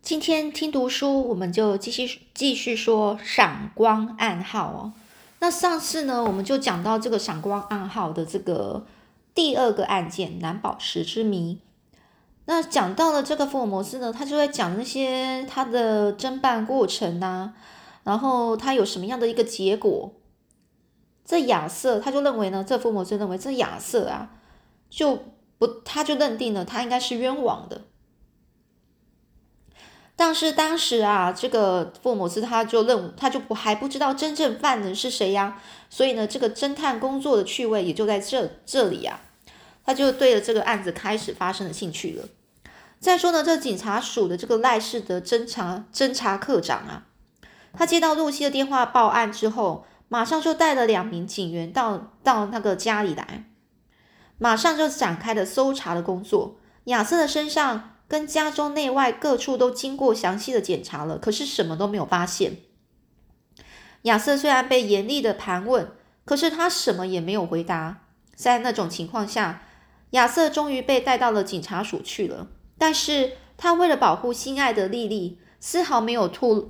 今天听读书，我们就继续说闪光暗号哦。那上次呢，我们就讲到这个闪光暗号的这个第二个案件蓝宝石之谜。那讲到了这个福尔摩斯呢，他就在讲那些他的侦办过程啊，然后他有什么样的一个结果。这亚瑟他就认为呢，这福尔摩斯认为这亚瑟啊，他就认定了他应该是冤枉的。但是当时啊，这个福尔摩斯他就还不知道真正犯人是谁呀，所以呢，这个侦探工作的趣味也就在这里啊，他就对了这个案子开始发生了兴趣了。再说呢，这警察署的这个赖氏的侦查科长啊，他接到露西的电话报案之后，马上就带了2名警员到那个家里来，马上就展开了搜查的工作。亚瑟的身上跟家中内外各处都经过详细的检查了，可是什么都没有发现。亚瑟虽然被严厉的盘问，可是他什么也没有回答。在那种情况下，亚瑟终于被带到了警察署去了。但是他为了保护心爱的莉莉，丝毫没有吐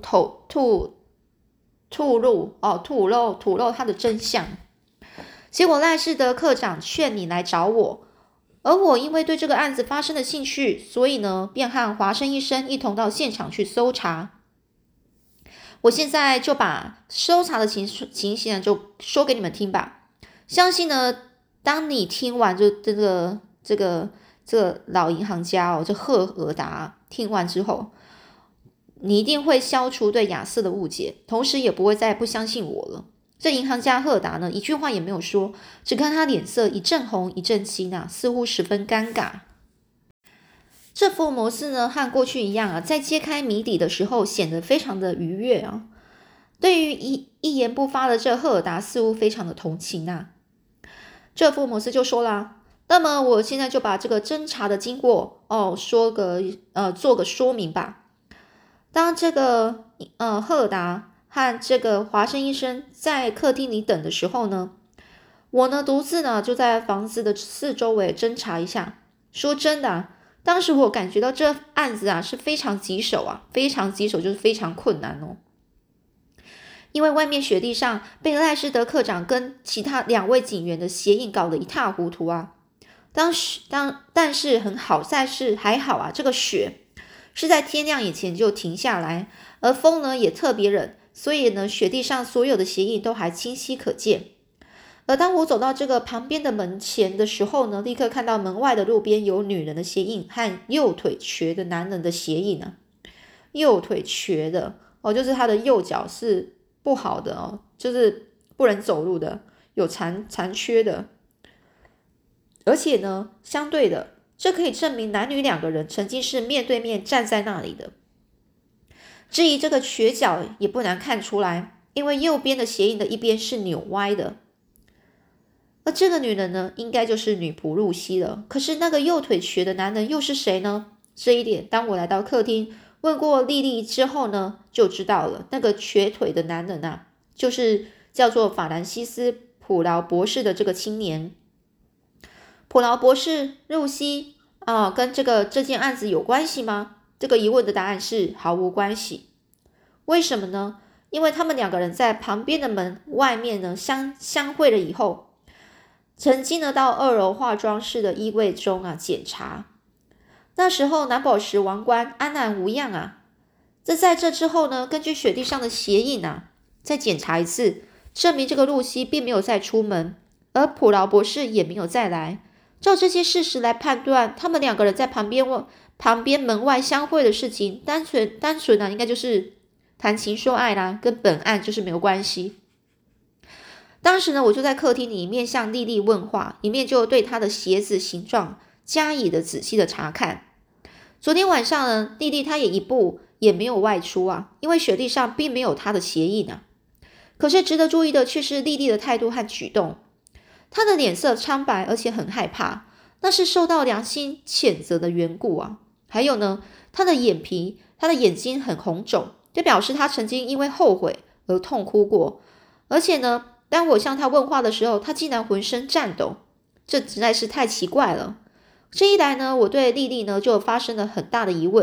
露他的真相。结果赖士德科长劝你来找我，而我因为对这个案子发生了兴趣，所以呢，便和华生医生一同到现场去搜查。我现在就把搜查的情形就说给你们听吧。相信呢，当你听完就这个老银行家这赫尔达听完之后，你一定会消除对亚瑟的误解，同时也不会再不相信我了。这银行家赫尔达呢，一句话也没有说，只看他脸色一阵红一阵青啊，似乎十分尴尬。这福尔摩斯呢，和过去一样啊，在揭开谜底的时候显得非常的愉悦啊。对于一言不发的这赫尔达，似乎非常的同情啊。这福尔摩斯就说啦，那么我现在就把这个侦查的经过做个说明吧。当这个赫尔达和这个华生医生在客厅里等的时候呢，我呢独自呢就在房子的四周围侦查一下。说真的啊，当时我感觉到这案子啊是非常棘手啊，非常棘手就是非常困难哦。因为外面雪地上被赖士德科长跟其他2位警员的鞋印搞得一塌糊涂啊。但是还好啊，这个雪是在天亮以前就停下来，而风呢也特别冷，所以呢雪地上所有的鞋印都还清晰可见。而当我走到这个旁边的门前的时候呢，立刻看到门外的路边有女人的鞋印和右腿瘸的男人的鞋印啊。右腿瘸的就是他的右脚是不好的哦，就是不能走路的，有残缺的。而且呢，相对的，这可以证明男女2个人曾经是面对面站在那里的。至于这个瘸脚也不难看出来，因为右边的鞋印的一边是扭歪的。而这个女人呢，应该就是女仆露西了。可是那个右腿瘸的男人又是谁呢？这一点，当我来到客厅问过莉莉之后呢，就知道了。那个瘸腿的男人啊，就是叫做法兰西斯·普劳博士的这个青年。普劳博士、露西跟这件案子有关系吗？这个疑问的答案是毫无关系。为什么呢？因为他们2个人在旁边的门外面呢相会了以后，曾经呢到2楼化妆室的衣柜中检查。那时候蓝宝石王冠安然无恙啊。在这之后呢，根据雪地上的鞋印再检查一次，证明这个露西并没有再出门，而普劳博士也没有再来。照这些事实来判断，他们2个人在旁边门外相会的事情，单纯应该就是谈情说爱啦，跟本案就是没有关系。当时呢，我就在客厅里面向莉莉问话，一面就对她的鞋子形状加以的仔细的查看。昨天晚上呢，莉莉她也一步也没有外出啊，因为雪地上并没有她的鞋印啊。可是值得注意的却是莉莉的态度和举动。他的脸色苍白，而且很害怕，那是受到良心谴责的缘故啊。还有呢，他的眼睛很红肿，就表示他曾经因为后悔而痛哭过。而且呢，当我向他问话的时候，他竟然浑身颤抖，这实在是太奇怪了。这一来呢，我对莉莉呢就发生了很大的疑问，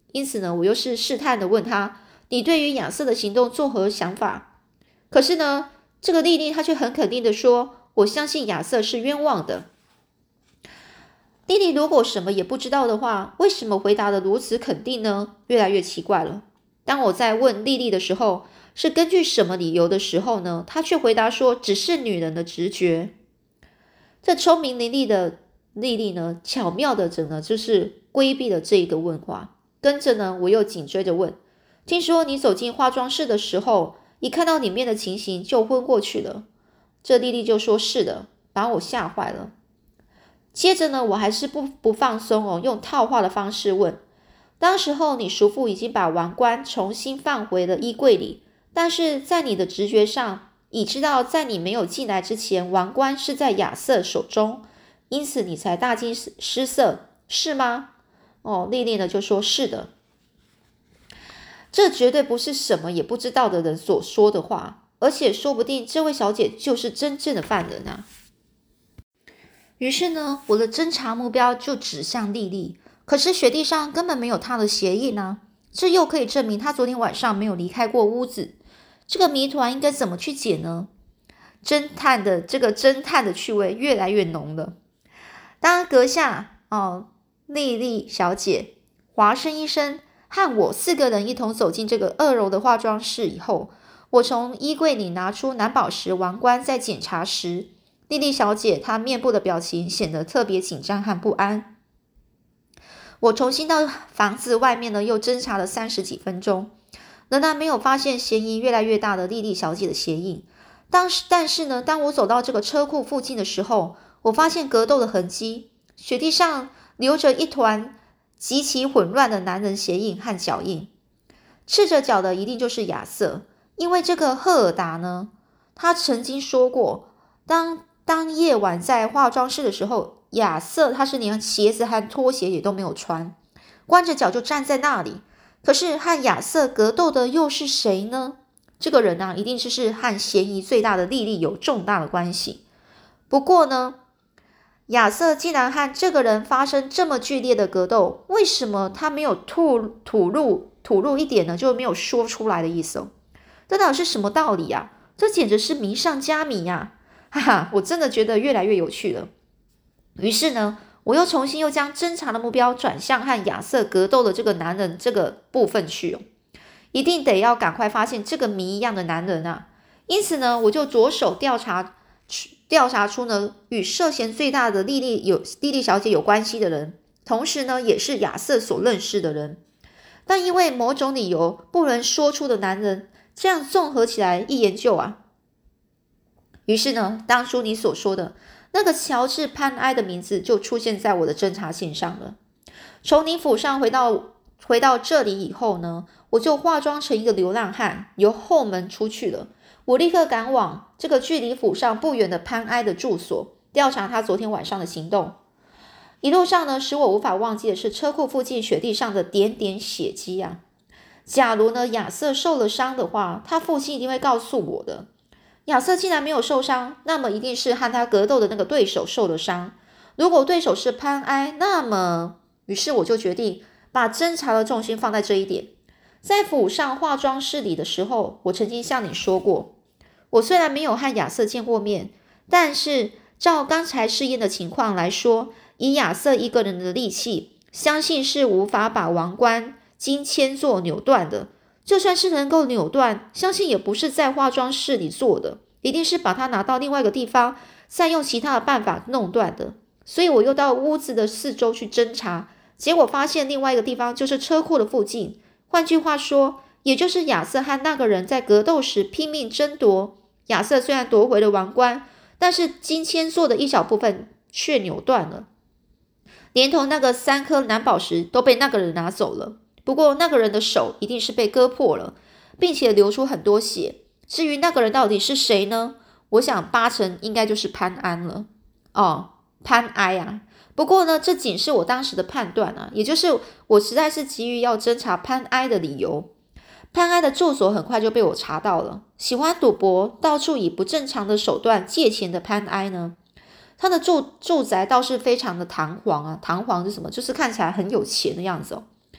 因此呢，我又是试探的问他，你对于亚瑟的行动作何想法？可是呢，这个莉莉她却很肯定的说，我相信亚瑟是冤枉的。莉莉如果什么也不知道的话，为什么回答的如此肯定呢？越来越奇怪了。当我在问莉莉的时候，是根据什么理由的时候呢？她却回答说，只是女人的直觉。这聪明伶俐的莉莉呢，巧妙的就是规避了这一个问话。跟着呢，我又紧追着问，听说你走进化妆室的时候，一看到里面的情形就昏过去了。这莉莉就说是的，把我吓坏了。接着呢，我还是不放松哦，用套话的方式问，当时候你叔父已经把王冠重新放回了衣柜里，但是在你的直觉上，已知道在你没有进来之前，王冠是在亚瑟手中，因此你才大惊失色，是吗？莉莉呢就说是的。这绝对不是什么也不知道的人所说的话，而且说不定这位小姐就是真正的犯人啊。于是呢，我的侦查目标就指向莉莉，可是雪地上根本没有她的鞋印啊，这又可以证明她昨天晚上没有离开过屋子。这个谜团应该怎么去解呢？侦探的趣味越来越浓了。当阁下莉莉小姐、华生医生和我4个人一同走进这个2楼的化妆室以后，我从衣柜里拿出蓝宝石王冠，在检查时，莉莉小姐她面部的表情显得特别紧张和不安。我重新到房子外面呢，又侦查了30几分钟，仍然没有发现嫌疑越来越大的莉莉小姐的鞋印。但是呢，当我走到这个车库附近的时候，我发现格斗的痕迹，雪地上留着一团极其混乱的男人鞋印和脚印。赤着脚的一定就是亚瑟，因为这个赫尔达呢，他曾经说过，当夜晚在化妆室的时候，亚瑟他是连鞋子和拖鞋也都没有穿，光着脚就站在那里。可是和亚瑟格斗的又是谁呢？这个人啊，一定就是和嫌疑最大的莉莉有重大的关系。不过呢，亚瑟竟然和这个人发生这么剧烈的格斗，为什么他没有吐露一点呢？就没有说出来的意思哦。这到底是什么道理啊？这简直是迷上加迷啊！哈哈，我真的觉得越来越有趣了。于是呢，我又重新将侦查的目标转向和亚瑟格斗的这个男人这个部分去哦，一定得要赶快发现这个谜一样的男人啊！因此呢，我就着手调查出呢与涉嫌最大的莉莉小姐有关系的人，同时呢也是亚瑟所认识的人，但因为某种理由不能说出的男人，这样综合起来一研究啊，于是呢，当初你所说的那个乔治·潘埃的名字就出现在我的侦查线上了。从你府上回到这里以后呢，我就化妆成一个流浪汉，由后门出去了。我立刻赶往这个距离府上不远的潘埃的住所，调查他昨天晚上的行动。一路上呢，使我无法忘记的是车库附近雪地上的点点血迹啊。假如呢亚瑟受了伤的话，他父亲一定会告诉我的。亚瑟既然没有受伤，那么一定是和他格斗的那个对手受了伤。如果对手是潘埃，那么于是我就决定把侦查的重心放在这一点。在府上化妆室里的时候，我曾经向你说过，我虽然没有和亚瑟见过面，但是照刚才试验的情况来说，以亚瑟一个人的力气，相信是无法把王冠经铅做扭断的。就算是能够扭断，相信也不是在化妆室里做的，一定是把它拿到另外一个地方，再用其他的办法弄断的。所以我又到屋子的四周去侦查，结果发现另外一个地方就是车库的附近。换句话说，也就是亚瑟和那个人在格斗时拼命争夺。亚瑟虽然夺回了王冠，但是金铅做的一小部分却扭断了，连同那个3颗蓝宝石都被那个人拿走了。不过那个人的手一定是被割破了，并且流出很多血。至于那个人到底是谁呢？我想8成应该就是潘安了。潘埃啊。不过呢，这仅是我当时的判断啊，也就是我实在是急于要侦查潘埃的理由。潘埃的住所很快就被我查到了。喜欢赌博，到处以不正常的手段借钱的潘埃呢，他的住宅倒是非常的堂皇啊。堂皇是什么？就是看起来很有钱的样子哦。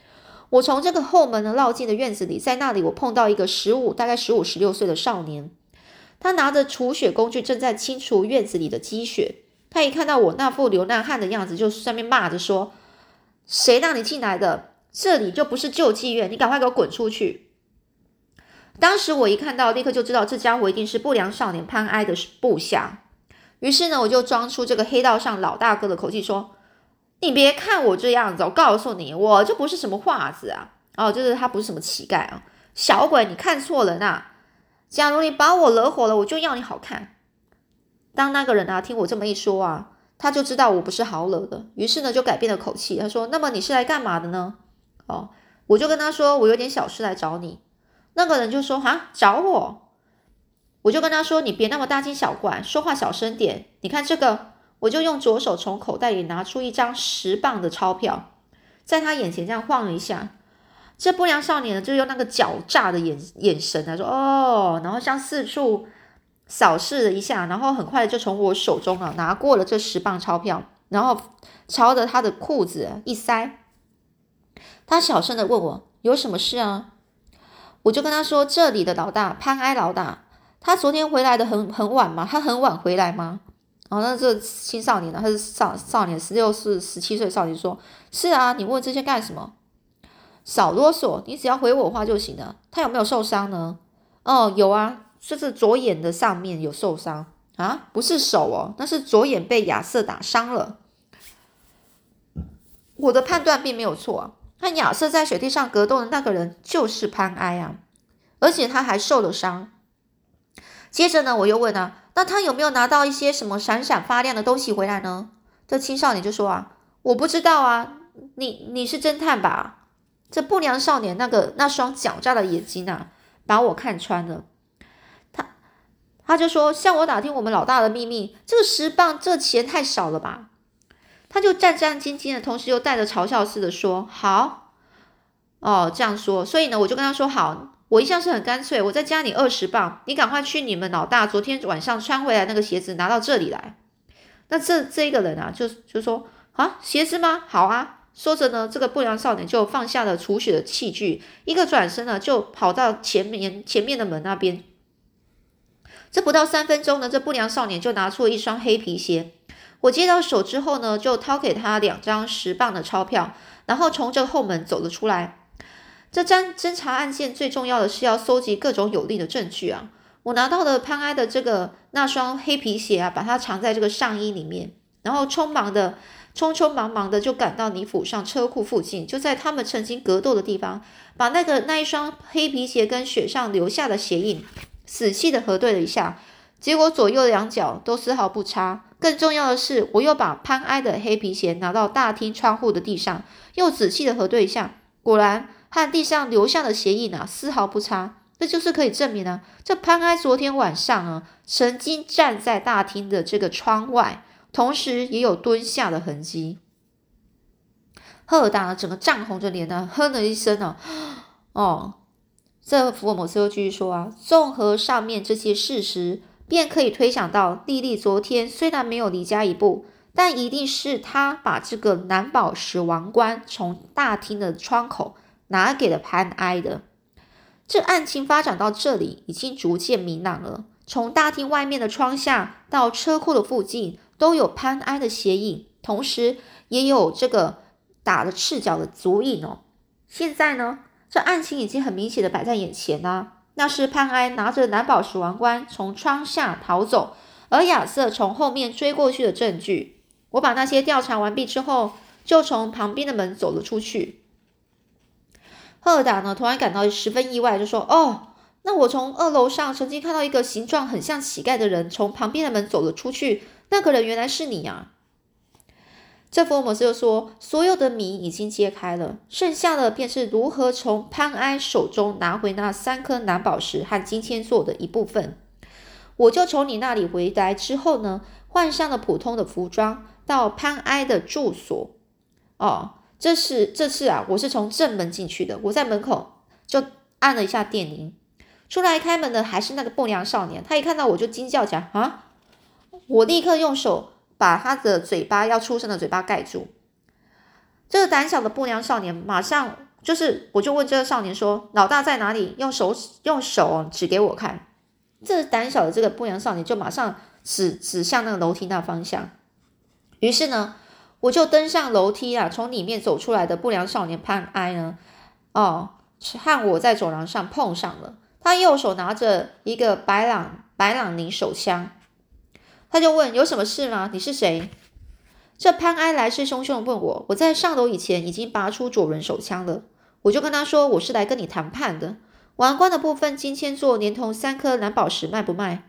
我从这个后门呢绕进了院子里，在那里我碰到一个大概15、16岁的少年，他拿着除雪工具正在清除院子里的积雪。他一看到我那副流浪汉的样子，就上面骂着说：谁让你进来的？这里就不是救济院，你赶快给我滚出去！当时我一看到，立刻就知道这家伙一定是不良少年潘哀的部下。于是呢，我就装出这个黑道上老大哥的口气说：你别看我这样子，我告诉你，我就不是什么画子啊！就是他不是什么乞丐啊，小鬼，你看错人啊！假如你把我惹火了，我就要你好看。当那个人听我这么一说啊，他就知道我不是好惹的，于是呢就改变了口气，他说：那么你是来干嘛的呢？我就跟他说：我有点小事来找你。那个人就说：找我？我就跟他说：你别那么大惊小怪，说话小声点。你看这个。我就用左手从口袋里拿出一张10磅的钞票，在他眼前这样晃了一下。这不良少年呢，就用那个狡诈的眼神说：然后向四处扫视了一下，然后很快就从我手中拿过了这10磅钞票，然后朝着他的裤子一塞。他小声的问我有什么事啊？我就跟他说：这里的老大潘哀老大，他昨天回来的很晚吗？他很晚回来吗？那这青少年呢？他是少年，16、17岁少年说：是啊，你问这些干什么？少啰嗦，你只要回我话就行了。他有没有受伤呢？有啊，就是左眼的上面有受伤啊，不是手那是左眼被亚瑟打伤了。我的判断并没有错和亚瑟在雪地上格斗的那个人就是潘哀啊，而且他还受了伤。接着呢，我又问那他有没有拿到一些什么闪闪发亮的东西回来呢？这青少年就说我不知道啊，你是侦探吧？这不良少年那双狡诈的眼睛把我看穿了。他就说：向我打听我们老大的秘密，这个10磅这钱太少了吧？他就战战兢兢的，同时又带着嘲笑似的说：好这样说。所以呢，我就跟他说：好，我一向是很干脆，我再加你20磅，你赶快去你们老大昨天晚上穿回来那个鞋子拿到这里来。那这一个人就说：鞋子吗？好啊。说着呢，这个不良少年就放下了除雪的器具，一个转身呢就跑到前面的门那边。这不到3分钟呢，这不良少年就拿出了一双黑皮鞋。我接到手之后呢，就掏给他2张10磅的钞票，然后从这个后门走了出来。这侦查案件最重要的是要搜集各种有力的证据我拿到了潘哀的那双黑皮鞋把它藏在这个上衣里面，然后匆忙忙的就赶到尼府上车库附近，就在他们曾经格斗的地方，把那一双黑皮鞋跟雪上留下的鞋印仔细的核对了一下，结果左右2脚都丝毫不差。更重要的是，我又把潘哀的黑皮鞋拿到大厅窗户的地上，又仔细的核对一下，果然和地上留下的鞋印丝毫不差。这就是可以证明这潘哀昨天晚上曾经站在大厅的这个窗外，同时也有蹲下的痕迹。赫尔达整个涨红着脸哼了一声这福尔摩斯又继续说综合上面这些事实，便可以推想到莉莉昨天虽然没有离家一步，但一定是她把这个蓝宝石王冠从大厅的窗口拿给了潘哀的。这案情发展到这里已经逐渐明朗了，从大厅外面的窗下到车库的附近都有潘哀的鞋印，同时也有这个打了赤脚的足印现在呢，这案情已经很明显的摆在眼前那是潘哀拿着蓝宝石王冠从窗下逃走，而亚瑟从后面追过去的证据。我把那些调查完毕之后，就从旁边的门走了出去。赫尔达呢，突然感到十分意外，就说：那我从2楼上曾经看到一个形状很像乞丐的人从旁边的门走了出去，那个人原来是你这福尔摩斯就说：所有的谜已经揭开了，剩下的便是如何从潘哀手中拿回那3颗蓝宝石和金签座的一部分。我就从你那里回来之后呢，换上了普通的服装，到潘哀的住所。这次我是从正门进去的，我在门口就按了一下电铃，出来开门的还是那个不良少年，他一看到我就惊叫起来我立刻用手把他的嘴巴要出声的嘴巴盖住。这个胆小的不良少年马上我就问这个少年说，老大在哪里？用手指给我看。这胆小的这个不良少年就马上指向那个楼梯那方向。于是呢，我就登上楼梯啊，从里面走出来的不良少年潘哀呢，和我在走廊上碰上了。他右手拿着一个白朗宁手枪，他就问有什么事吗？你是谁？这潘哀来势汹汹问我，我在上楼以前已经拔出左轮手枪了。我就跟他说，我是来跟你谈判的，王冠的部分金签座连同3颗蓝宝石卖不卖？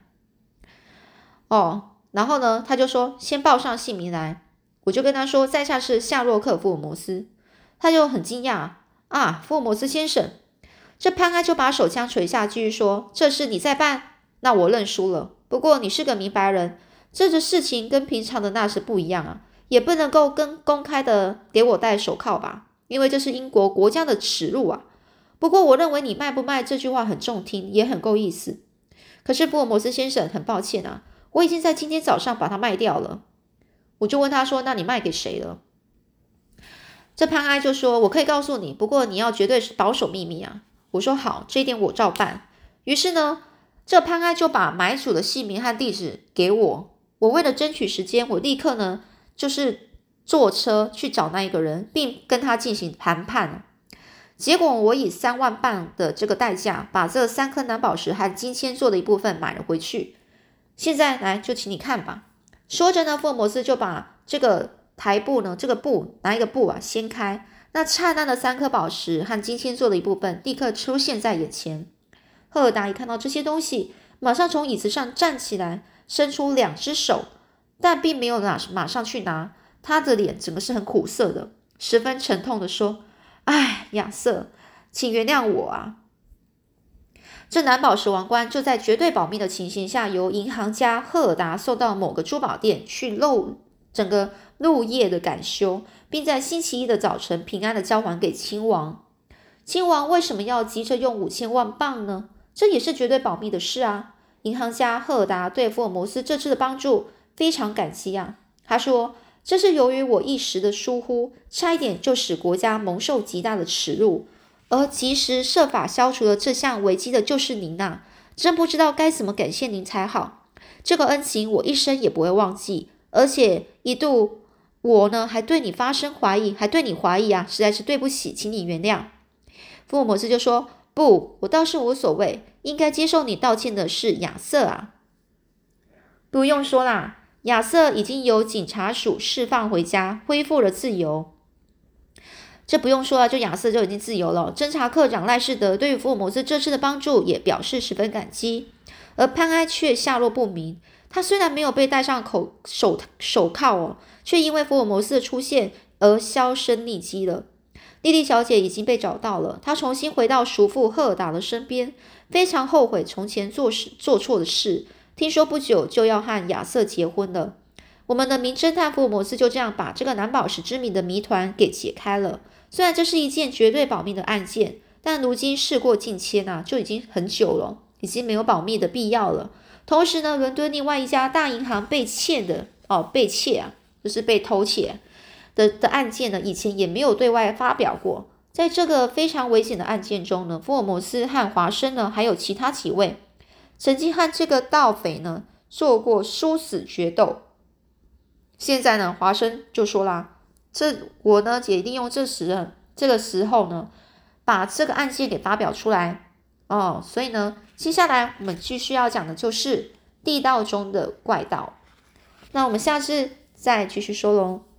然后呢，他就说先报上姓名来。我就跟他说，在下是夏洛克·福尔摩斯。他就很惊讶啊，福尔摩斯先生。这潘哀就把手枪垂下，继续说，这事你在办？那我认输了。不过你是个明白人，这个事情跟平常的那是不一样啊，也不能够跟公开的给我戴手铐吧，因为这是英国国家的耻辱啊。不过我认为你卖不卖这句话很中听，也很够意思。可是福尔摩斯先生，很抱歉啊，我已经在今天早上把它卖掉了。我就问他说，那你卖给谁了？这潘哀就说，我可以告诉你，不过你要绝对保守秘密啊。我说好，这一点我照办。于是呢，这潘哀就把买主的姓名和地址给我。我为了争取时间，我立刻呢就是坐车去找那一个人，并跟他进行谈判。结果我以3万镑的这个代价，把这3颗蓝宝石和金签座的一部分买了回去。现在来，就请你看吧。说着呢，福尔摩斯就把这个台布呢，这个布拿一个布掀开，那灿烂的3颗宝石和金签座的一部分立刻出现在眼前。赫尔达一看到这些东西，马上从椅子上站起来，伸出2只手，但并没有马上去拿。他的脸整个是很苦涩的，十分沉痛的说，哎，亚瑟，请原谅我啊。这蓝宝石王冠就在绝对保密的情形下，由银行家赫尔达送到某个珠宝店去整个入夜的赶修，并在星期一的早晨平安的交还给亲王。亲王为什么要急着用5000万镑呢？这也是绝对保密的事啊。银行家赫尔达对福尔摩斯这次的帮助非常感激啊。他说，这是由于我一时的疏忽，差一点就使国家蒙受极大的耻辱，而及时设法消除了这项危机的就是您啊，真不知道该怎么感谢您才好。这个恩情我一生也不会忘记，而且一度我呢还对你发生怀疑，啊，实在是对不起，请你原谅。福尔摩斯就说，不，我倒是无所谓，应该接受你道歉的是亚瑟啊。不用说啦，亚瑟已经由警察署释放回家，恢复了自由。这不用说啊，就亚瑟就已经自由了。侦查科长赖士德对于福尔摩斯这次的帮助也表示十分感激，而潘哀却下落不明。他虽然没有被戴上手铐却因为福尔摩斯的出现而销声匿迹了。莉莉小姐已经被找到了，她重新回到叔父赫尔达的身边，非常后悔从前做错的事。听说不久就要和亚瑟结婚了。我们的名侦探福尔摩斯就这样把这个蓝宝石之谜的谜团给解开了。虽然这是一件绝对保密的案件，但如今事过境迁啊，就已经很久了，已经没有保密的必要了。同时呢，伦敦另外一家大银行被窃就是被偷窃的案件呢，以前也没有对外发表过。在这个非常危险的案件中呢，福尔摩斯和华生呢，还有其他几位曾经和这个盗匪呢做过殊死决斗。现在呢，华生就说啦，我呢也利用这个时候呢，把这个案件给发表出来所以呢，接下来我们继续要讲的就是地道中的怪盗。那我们下次再继续说喽。